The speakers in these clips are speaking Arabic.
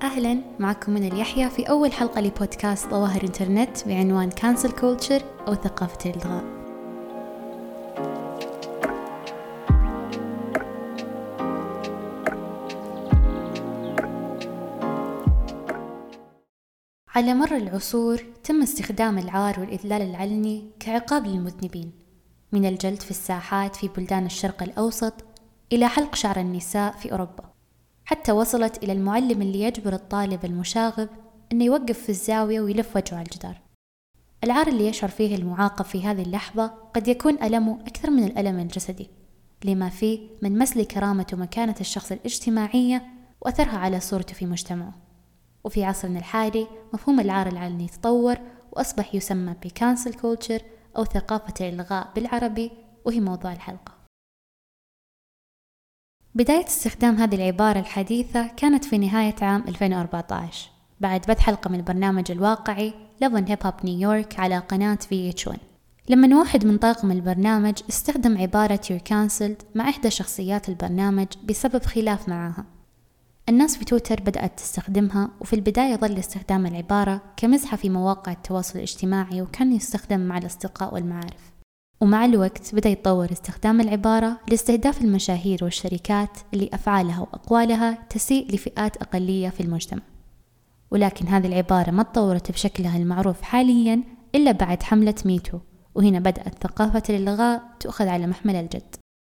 أهلا، معكم من اليحيى في أول حلقة لبودكاست ظواهر إنترنت بعنوان كانسل كولتشر أو ثقافة الإلغاء. على مر العصور تم استخدام العار والإذلال العلني كعقاب للمذنبين، من الجلد في الساحات في بلدان الشرق الأوسط إلى حلق شعر النساء في أوروبا، حتى وصلت إلى المعلم اللي يجبر الطالب المشاغب أنه يوقف في الزاوية ويلف وجهه على الجدار. العار اللي يشعر فيه المعاقب في هذه اللحظة قد يكون ألمه أكثر من الألم الجسدي، لما فيه من مس لكرامة ومكانة الشخص الاجتماعية وأثرها على صورته في مجتمعه. وفي عصرنا الحالي مفهوم العار العلني تطور وأصبح يسمى بكانسل كولتشر أو ثقافة الإلغاء بالعربي، وهي موضوع الحلقة. بداية استخدام هذه العبارة الحديثة كانت في نهاية عام 2014 بعد بث حلقة من البرنامج الواقعي لفن هيب هوب نيويورك على قناة VH1، لما واحد من طاقم البرنامج استخدم عبارة You're cancelled مع إحدى شخصيات البرنامج بسبب خلاف معها. الناس في تويتر بدأت تستخدمها، وفي البداية ظل استخدام العبارة كمزحة في مواقع التواصل الاجتماعي وكان يستخدم مع الأصدقاء والمعارف، ومع الوقت بدأ يتطور استخدام العبارة لاستهداف المشاهير والشركات اللي أفعالها وأقوالها تسيء لفئات أقلية في المجتمع. ولكن هذه العبارة ما تطورت بشكلها المعروف حاليا إلا بعد حملة ميتو، وهنا بدأت ثقافة الإلغاء تؤخذ على محمل الجد.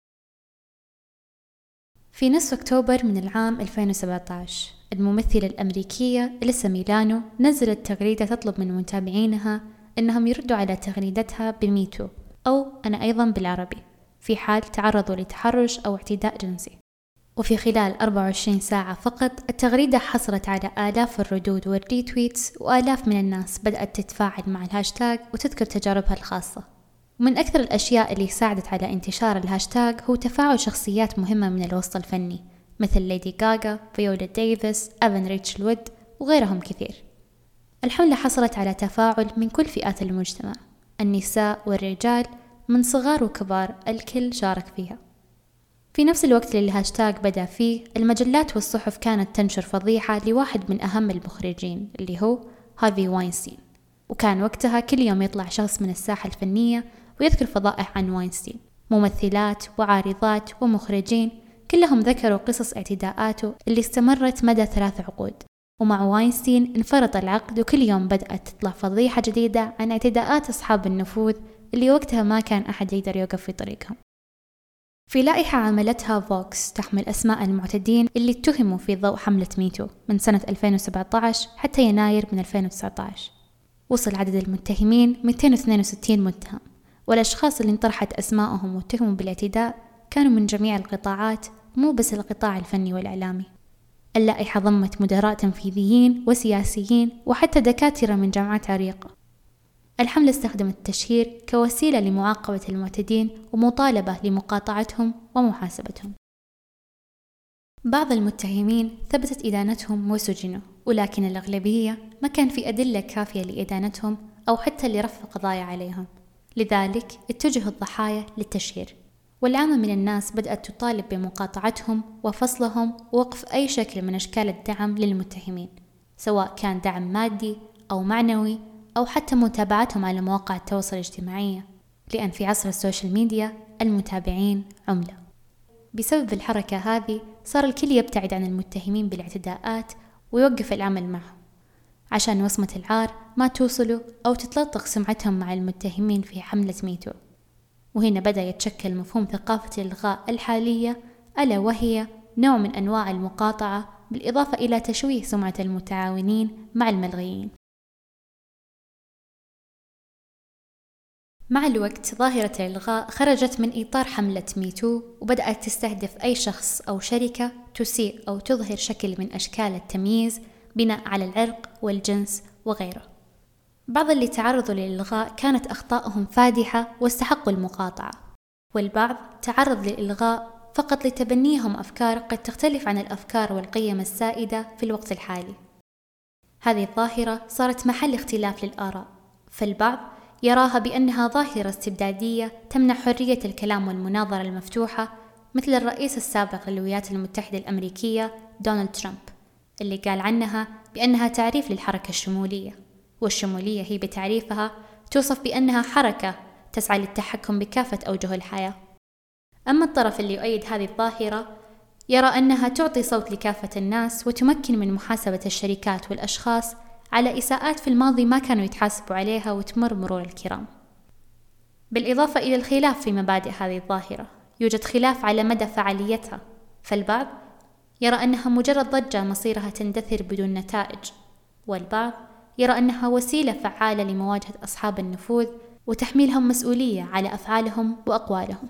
في نصف أكتوبر من العام 2017 الممثلة الأمريكية إليسا ميلانو نزلت تغريدة تطلب من متابعينها أنهم يردوا على تغريدتها بميتو، أو أنا أيضا بالعربي، في حال تعرضوا لتحرش أو اعتداء جنسي. وفي خلال 24 ساعة فقط التغريدة حصلت على آلاف الردود والريتويتس، وآلاف من الناس بدأت تتفاعل مع الهاشتاج وتذكر تجاربها الخاصة. ومن أكثر الأشياء اللي ساعدت على انتشار الهاشتاج هو تفاعل شخصيات مهمة من الوسط الفني مثل ليدي غاغا، فيولا ديفيس، أفن ريتشل وود وغيرهم كثير. الحملة حصلت على تفاعل من كل فئات المجتمع، النساء والرجال، من صغار وكبار، الكل شارك فيها. في نفس الوقت اللي الهاشتاج بدأ فيه، المجلات والصحف كانت تنشر فضيحة لواحد من أهم المخرجين اللي هو هارفي واينستين، وكان وقتها كل يوم يطلع شخص من الساحة الفنية ويذكر فضائح عن واينستين. ممثلات وعارضات ومخرجين كلهم ذكروا قصص اعتداءاته اللي استمرت مدى 3 عقود. ومع واينستين انفرط العقد، وكل يوم بدأت تطلع فضيحة جديدة عن اعتداءات أصحاب النفوذ اللي وقتها ما كان أحد يقدر يوقف في طريقهم. في لائحة عملتها فوكس تحمل أسماء المعتدين اللي اتهموا في ضوء حملة ميتو من سنة 2017 حتى يناير من 2019. وصل عدد المتهمين 262 متهم، والأشخاص اللي انطرحت أسماءهم واتهموا بالاعتداء كانوا من جميع القطاعات، مو بس القطاع الفني والإعلامي. اللائحة ضمت مدراء تنفيذيين وسياسيين وحتى دكاترة من جامعات عريقة. الحملة استخدمت التشهير كوسيلة لمعاقبة المعتدين ومطالبة لمقاطعتهم ومحاسبتهم. بعض المتهمين ثبتت إدانتهم وسجنوا، ولكن الأغلبية ما كان في أدلة كافية لإدانتهم أو حتى لرفع قضايا عليهم، لذلك اتجه الضحايا للتشهير. والعامة من الناس بدأت تطالب بمقاطعتهم وفصلهم ووقف أي شكل من أشكال الدعم للمتهمين، سواء كان دعم مادي أو معنوي أو حتى متابعتهم على مواقع التواصل الاجتماعي، لأن في عصر السوشيال ميديا المتابعين عملة. بسبب الحركة هذه صار الكل يبتعد عن المتهمين بالاعتداءات ويوقف العمل معهم، عشان وصمة العار ما توصلوا أو تتلطخ سمعتهم مع المتهمين في حملة ميتو. وهنا بدأ يتشكل مفهوم ثقافة الإلغاء الحالية، ألا وهي نوع من أنواع المقاطعة بالإضافة إلى تشويه سمعة المتعاونين مع الملغيين. مع الوقت ظاهرة الإلغاء خرجت من إطار حملة ميتو، وبدأت تستهدف أي شخص أو شركة تسيء أو تظهر شكل من أشكال التمييز بناء على العرق والجنس وغيره. بعض اللي تعرضوا للإلغاء كانت أخطائهم فادحة واستحقوا المقاطعة، والبعض تعرض للإلغاء فقط لتبنيهم أفكار قد تختلف عن الأفكار والقيم السائدة في الوقت الحالي. هذه الظاهرة صارت محل اختلاف للآراء، فالبعض يراها بأنها ظاهرة استبدادية تمنع حرية الكلام والمناظرة المفتوحة، مثل الرئيس السابق للولايات المتحدة الأمريكية دونالد ترامب اللي قال عنها بأنها تعريف للحركة الشمولية، والشمولية هي بتعريفها توصف بأنها حركة تسعى للتحكم بكافة أوجه الحياة. أما الطرف اللي يؤيد هذه الظاهرة يرى أنها تعطي صوت لكافة الناس وتمكن من محاسبة الشركات والأشخاص على إساءات في الماضي ما كانوا يتحاسبوا عليها وتمر مرور الكرام. بالإضافة إلى الخلاف في مبادئ هذه الظاهرة، يوجد خلاف على مدى فعاليتها، فالبعض يرى أنها مجرد ضجة مصيرها تندثر بدون نتائج، والبعض يرى أنها وسيلة فعالة لمواجهة أصحاب النفوذ وتحميلهم مسؤولية على أفعالهم وأقوالهم.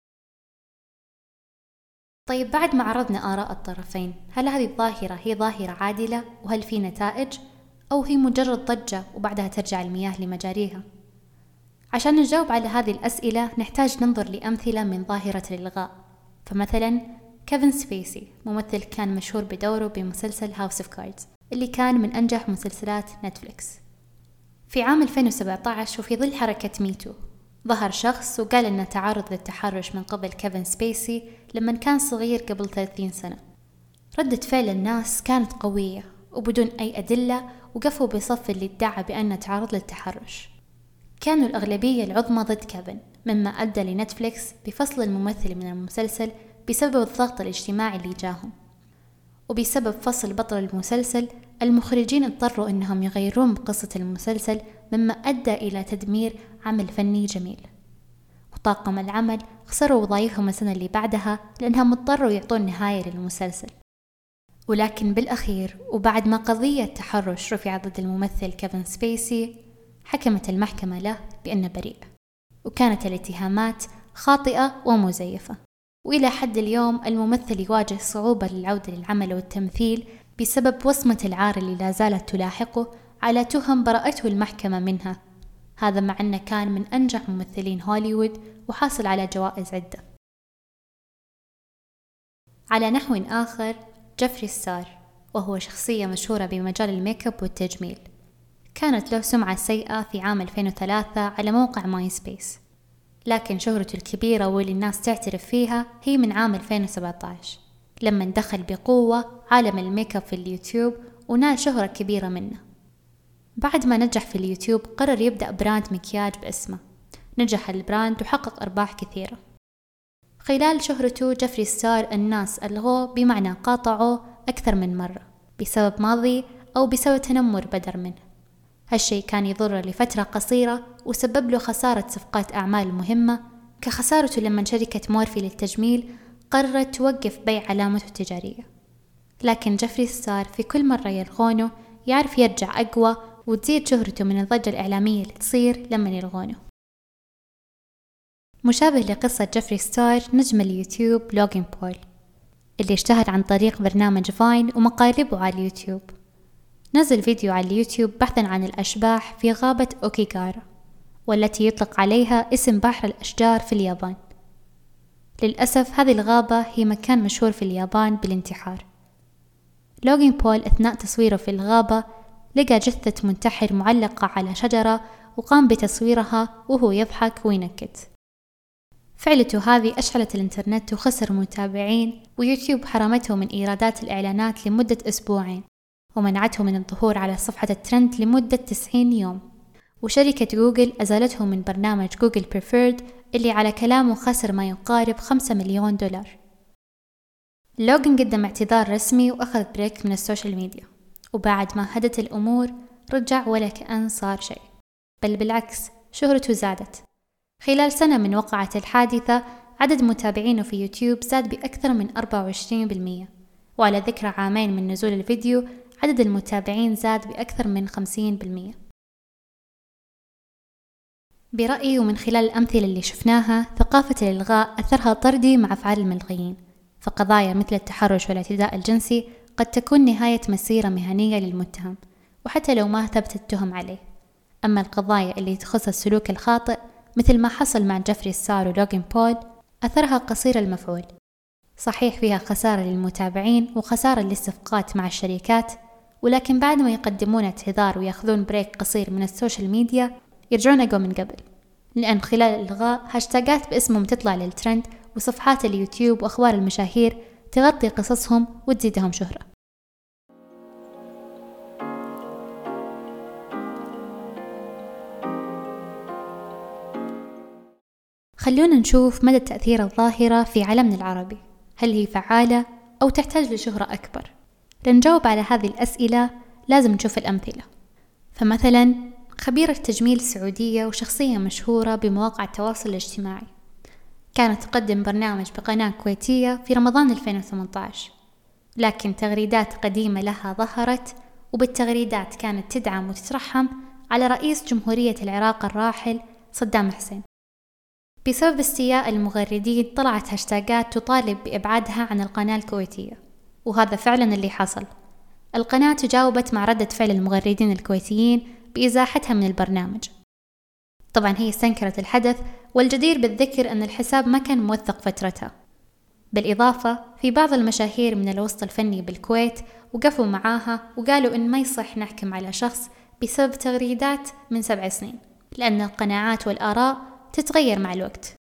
طيب، بعد ما عرضنا آراء الطرفين، هل هذه الظاهرة هي ظاهرة عادلة وهل في نتائج، أو هي مجرد ضجة وبعدها ترجع المياه لمجاريها؟ عشان نجاوب على هذه الأسئلة نحتاج ننظر لأمثلة من ظاهرة الإلغاء. فمثلا كيفن سبيسي، ممثل كان مشهور بدوره بمسلسل هاوس اوف كاردز اللي كان من أنجح مسلسلات نتفليكس. في عام 2017 وفي ظل حركة ميتو، ظهر شخص وقال أنه تعرض للتحرش من قبل كيفن سبيسي لما كان صغير قبل 30 سنة. ردة فعل الناس كانت قوية وبدون أي أدلة، وقفوا بصف اللي ادعى بأنه تعرض للتحرش. كانوا الأغلبية العظمى ضد كيفن، مما أدى لنتفليكس بفصل الممثل من المسلسل بسبب الضغط الاجتماعي اللي جاهم. وبسبب فصل بطل المسلسل، المخرجين اضطروا أنهم يغيرون بقصة المسلسل، مما أدى إلى تدمير عمل فني جميل. وطاقم العمل خسروا وظائفهم السنة اللي بعدها لأنهم اضطروا يعطون نهاية للمسلسل. ولكن بالأخير، وبعد ما قضية تحرش رفعت ضد الممثل كيفن سبيسي، حكمت المحكمة له بأنه بريء، وكانت الاتهامات خاطئة ومزيفة. وإلى حد اليوم الممثل يواجه صعوبة للعودة للعمل والتمثيل بسبب وصمة العار اللي لا زالت تلاحقه على تهم برأته المحكمة منها، هذا مع أنه كان من أنجح ممثلين هوليوود وحاصل على جوائز عدة. على نحو آخر، جيفري ستار، وهو شخصية مشهورة بمجال الميك اب والتجميل، كانت له سمعة سيئة في عام 2003 على موقع ماي سبيس، لكن شهرته الكبيرة واللي الناس تعترف فيها هي من عام 2017 لما دخل بقوة عالم الميك اب في اليوتيوب ونال شهرة كبيرة منه. بعد ما نجح في اليوتيوب قرر يبدأ براند مكياج باسمه. نجح البراند وحقق أرباح كثيرة. خلال شهرته جيفري ستار الناس ألغوه، بمعنى قاطعوه أكثر من مرة بسبب ماضي أو بسبب تنمر بدر منه. هالشي كان يضره لفترة قصيرة وسبب له خسارة صفقات أعمال مهمة، كخسارته لما شركة مورفي للتجميل قررت توقف بيع علامته التجارية. لكن جيفري ستار في كل مرة يلغونه يعرف يرجع أقوى، وتزيد شهرته من الضجة الإعلامية اللي تصير لما يلغونه. مشابه لقصة جيفري ستار نجم اليوتيوب لوغان بول، اللي اشتهر عن طريق برنامج فاين ومقالبه على اليوتيوب. نزل فيديو على اليوتيوب بحثا عن الأشباح في غابة أوكيغارا، والتي يطلق عليها اسم بحر الأشجار في اليابان. للأسف هذه الغابة هي مكان مشهور في اليابان بالانتحار. لوغان بول أثناء تصويره في الغابة لقى جثة منتحر معلقة على شجرة، وقام بتصويرها وهو يضحك وينكت. فعلته هذه أشعلت الإنترنت وخسر متابعين، ويوتيوب حرمته من إيرادات الإعلانات لمدة أسبوعين، ومنعته من الظهور على صفحة الترند لمدة 90 يوم. وشركة جوجل أزالته من برنامج جوجل بريفيرد اللي على كلامه خسر ما يقارب 5 مليون دولار. لوغان قدم اعتذار رسمي وأخذ بريك من السوشيال ميديا، وبعد ما هدت الأمور رجع ولا كأن صار شيء، بل بالعكس شهرته زادت. خلال سنة من وقعة الحادثة عدد متابعينه في يوتيوب زاد بأكثر من 24%، وعلى ذكر عامين من نزول الفيديو عدد المتابعين زاد بأكثر من 50%. برأيي ومن خلال الأمثلة اللي شفناها، ثقافة الإلغاء أثرها طردي مع أفعال الملغيين، فقضايا مثل التحرش والاعتداء الجنسي قد تكون نهاية مسيرة مهنية للمتهم، وحتى لو ما ثبت التهم عليه. أما القضايا اللي تخص السلوك الخاطئ مثل ما حصل مع جيفري ستار ولوغان بول، أثرها قصير المفعول. صحيح فيها خسارة للمتابعين وخسارة للصفقات مع الشركات، ولكن بعد ما يقدمون اعتذار ويأخذون بريك قصير من السوشيال ميديا يرجعون أقوى من قبل، لأن خلال الإلغاء هاشتاجات باسمهم تطلع للترند، وصفحات اليوتيوب وأخبار المشاهير تغطي قصصهم وتزيدهم شهرة. خلونا نشوف مدى تأثير الظاهرة في عالمنا العربي. هل هي فعالة أو تحتاج لشهرة أكبر؟ لنجاوب على هذه الأسئلة لازم نشوف الأمثلة. فمثلا خبيرة تجميل سعودية وشخصية مشهورة بمواقع التواصل الاجتماعي كانت تقدم برنامج بقناة كويتية في رمضان 2018، لكن تغريدات قديمة لها ظهرت، وبالتغريدات كانت تدعم وتترحم على رئيس جمهورية العراق الراحل صدام حسين. بسبب استياء المغردين طلعت هاشتاجات تطالب بإبعادها عن القناة الكويتية، وهذا فعلا اللي حصل. القناة تجاوبت مع ردة فعل المغردين الكويتيين بإزاحتها من البرنامج. طبعا هي استنكرت الحدث، والجدير بالذكر أن الحساب ما كان موثق فترتها. بالإضافة في بعض المشاهير من الوسط الفني بالكويت وقفوا معاها وقالوا إن ما يصح نحكم على شخص بسبب تغريدات من 7 سنين، لأن القناعات والآراء تتغير مع الوقت.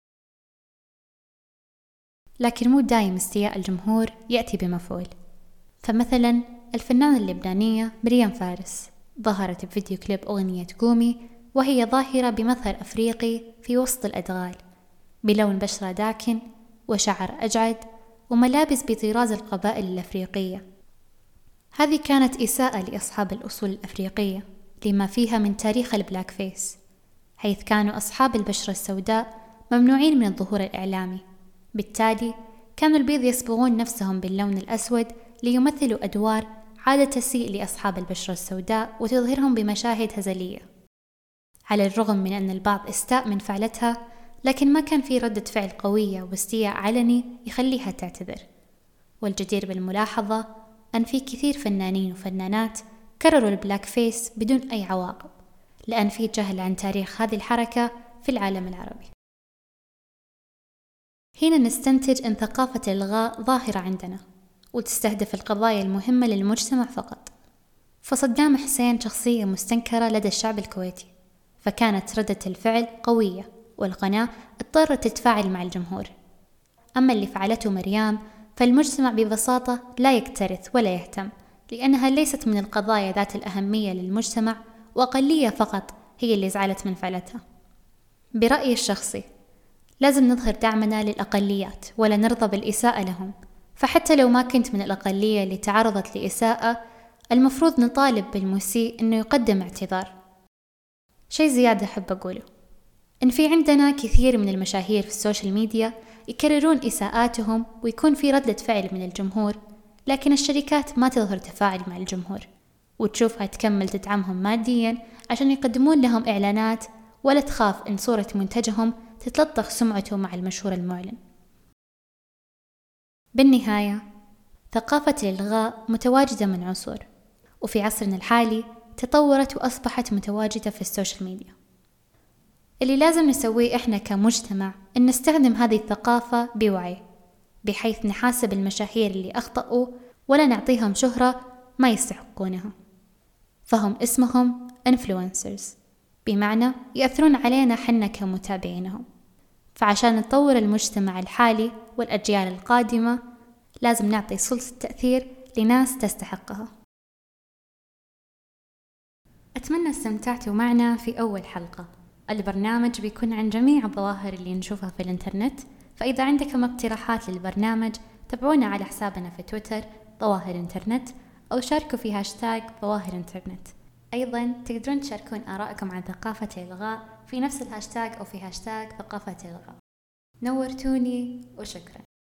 لكن مو دايم استياء الجمهور يأتي بمفعول. فمثلا الفنانة اللبنانية مريم فارس ظهرت بفيديو كليب أغنية قومي وهي ظاهرة بمظهر أفريقي في وسط الأدغال، بلون بشرة داكن وشعر أجعد وملابس بطراز القبائل الأفريقية. هذه كانت إساءة لأصحاب الأصول الأفريقية لما فيها من تاريخ البلاك فيس، حيث كانوا أصحاب البشرة السوداء ممنوعين من الظهور الإعلامي. بالتالي كانوا البيض يصبغون نفسهم باللون الأسود ليمثلوا أدوار عادة تسيء لأصحاب البشرة السوداء وتظهرهم بمشاهد هزلية. على الرغم من أن البعض استاء من فعلتها، لكن ما كان في ردة فعل قوية واستياء علني يخليها تعتذر. والجدير بالملاحظة أن في كثير فنانين وفنانات كرروا البلاك فيس بدون أي عواقب، لأن في جهل عن تاريخ هذه الحركة في العالم العربي. هنا نستنتج أن ثقافة الإلغاء ظاهرة عندنا وتستهدف القضايا المهمة للمجتمع فقط. فصدام حسين شخصية مستنكرة لدى الشعب الكويتي، فكانت ردة الفعل قوية والقناة اضطرت تتفاعل مع الجمهور. أما اللي فعلته مريم فالمجتمع ببساطة لا يكترث ولا يهتم، لأنها ليست من القضايا ذات الأهمية للمجتمع، وأقلية فقط هي اللي زعلت من فعلتها. برأيي الشخصي لازم نظهر دعمنا للأقليات ولا نرضى بالإساءة لهم. فحتى لو ما كنت من الأقلية اللي تعرضت لإساءة، المفروض نطالب بالمسيء إنه يقدم اعتذار. شيء زيادة أحب أقوله، إن في عندنا كثير من المشاهير في السوشيال ميديا يكررون إساءاتهم ويكون في ردة فعل من الجمهور، لكن الشركات ما تظهر تفاعل مع الجمهور وتشوفها تكمل تدعمهم ماديا عشان يقدمون لهم إعلانات، ولا تخاف إن صورة منتجهم تتلطخ سمعته مع المشهور المعلن. بالنهاية ثقافة الإلغاء متواجدة من عصور، وفي عصرنا الحالي تطورت وأصبحت متواجدة في السوشيال ميديا. اللي لازم نسويه إحنا كمجتمع إن نستخدم هذه الثقافة بوعي، بحيث نحاسب المشاهير اللي أخطأوا ولا نعطيهم شهرة ما يستحقونها. فهم اسمهم influencers، بمعنى يأثرون علينا حنا كمتابعينهم. فعشان نطور المجتمع الحالي والأجيال القادمة لازم نعطي سلطة التأثير لناس تستحقها. أتمنى استمتعتوا معنا في أول حلقة. البرنامج بيكون عن جميع الظواهر اللي نشوفها في الإنترنت، فإذا عندكم اقتراحات للبرنامج تابعونا على حسابنا في تويتر ظواهر إنترنت، أو شاركوا في هاشتاج ظواهر إنترنت. أيضا تقدرون تشاركون آراءكم عن ثقافة الإلغاء في نفس الهاشتاج أو في هاشتاج ثقافة الإلغاء. نورتوني وشكرا.